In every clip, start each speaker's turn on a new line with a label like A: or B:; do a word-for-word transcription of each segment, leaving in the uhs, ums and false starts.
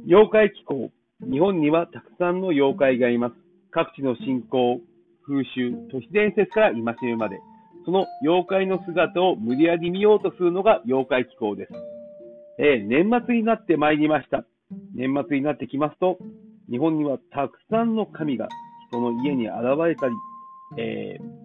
A: 妖怪気候。日本にはたくさんの妖怪がいます。各地の信仰、風習、都市伝説から戒めまで、その妖怪の姿を無理やり見ようとするのが妖怪気候です。えー、年末になってまいりました。年末になってきますと、日本にはたくさんの神が人の家に現れたり、えー、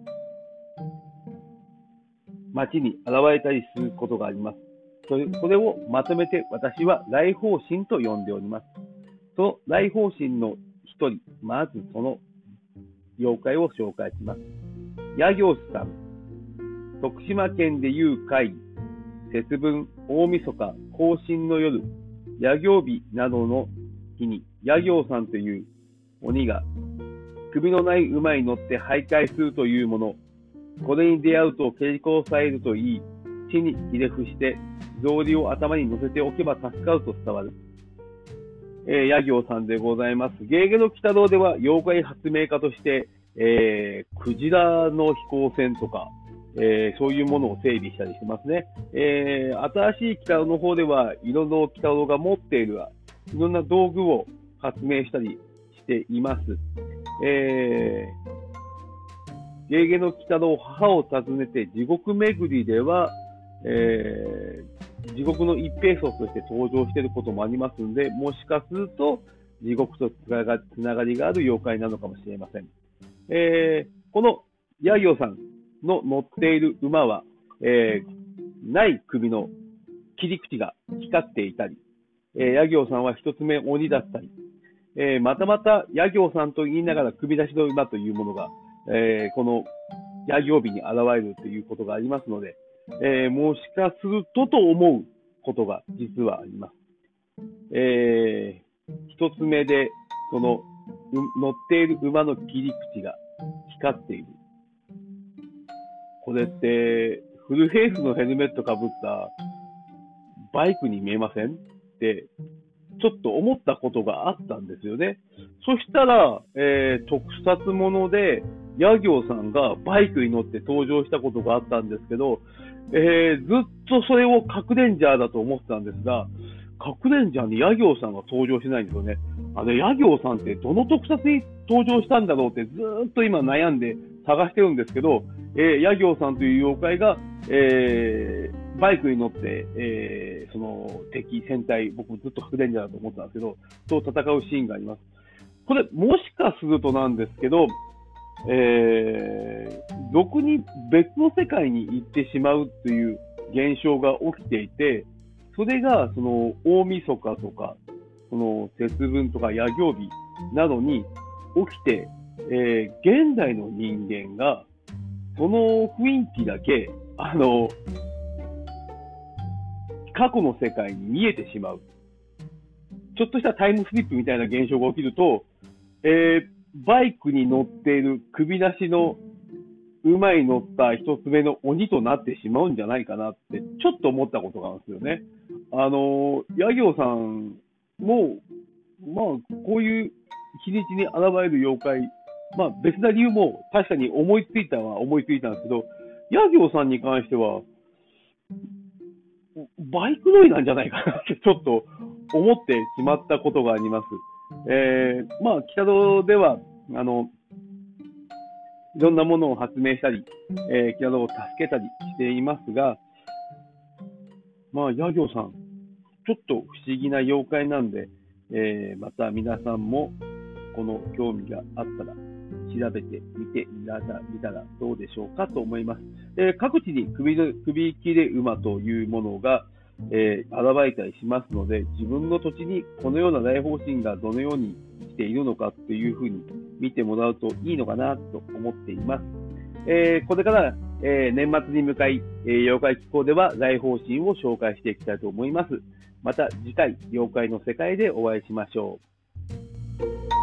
A: 町に現れたりすることがあります。それ、それをまとめて私は来訪神と呼んでおります。その来訪神の一人、まずその妖怪を紹介します。夜行さん。徳島県でいう会、節分、大晦日、庚申の夜、夜行日などの日に、夜行さんという鬼が首のない馬に乗って徘徊するというもの。これに出会うと蹴り殺されるといい、地にひれ伏して草履を頭に乗せておけば助かると伝わる。えー、夜行さんでございます。ゲーゲの鬼太郎では妖怪発明家として、えー、クジラの飛行船とか、えー、そういうものを整備したりしてますね。えー、新しい鬼太郎の方では、いろんな鬼太郎が持っているいろんな道具を発明したりしています。えー、ゲーゲの鬼太郎、母を訪ねて地獄巡りでは、えー、地獄の一兵装として登場していることもありますので、もしかすると地獄とつながりがある妖怪なのかもしれません。えー、この夜行さんの乗っている馬は、えー、ない首の切り口が光っていたり、えー、夜行さんは一つ目鬼だったり、えー、またまた夜行さんと言いながら首出しの馬というものが、えー、この夜行日に現れるということがありますので、えー、もしかするとと思うことが実はあります。えー、一つ目で、その乗っている馬の切り口が光っている。これって、フルフェイスのヘルメットかぶったバイクに見えませんって、ちょっと思ったことがあったんですよね。そしたら、えー、特撮もので、夜行さんがバイクに乗って登場したことがあったんですけど、えー、ずっとそれを核レンジャーだと思ってたんですが、核レンジャーに夜行さんが登場しないんですよね。あの、夜行さんってどの特撮に登場したんだろうってずーっと今悩んで探してるんですけど、えー、夜行さんという妖怪が、えー、バイクに乗って、えー、その敵、戦隊、僕ずっと核レンジャーだと思ってたんですけど、と戦うシーンがあります。これ、もしかするとなんですけど、えー、俗に別の世界に行ってしまうという現象が起きていて、それがその大晦日とか、その節分とか夜行日などに起きて、えー、現代の人間がその雰囲気だけ、あの、過去の世界に見えてしまう。ちょっとしたタイムスリップみたいな現象が起きると、えー、バイクに乗っている首なしの馬に乗った一つ目の鬼となってしまうんじゃないかなってちょっと思ったことがあるんですよね。あの、夜行さんも、まあ、こういう日にちに現れる妖怪、まあ別な理由も確かに思いついたは思いついたんですけど、夜行さんに関しては、バイク乗りなんじゃないかなってちょっと思ってしまったことがあります。えー、まあ、北戸では、あの、いろんなものを発明したり、えー、北戸を助けたりしていますが、まあ、夜行さん、ちょっと不思議な妖怪なんで、えー、また皆さんもこの興味があったら調べてみてみたらどうでしょうかと思います。えー、各地に首の首切れ馬というものが、えー、現れたりしますので、自分の土地にこのような来訪神がどのように来ているのかというふうに見てもらうといいのかなと思っています。えー、これから、えー、年末に向かい、えー、妖怪気候では来訪神を紹介していきたいと思います。また次回、妖怪の世界でお会いしましょう。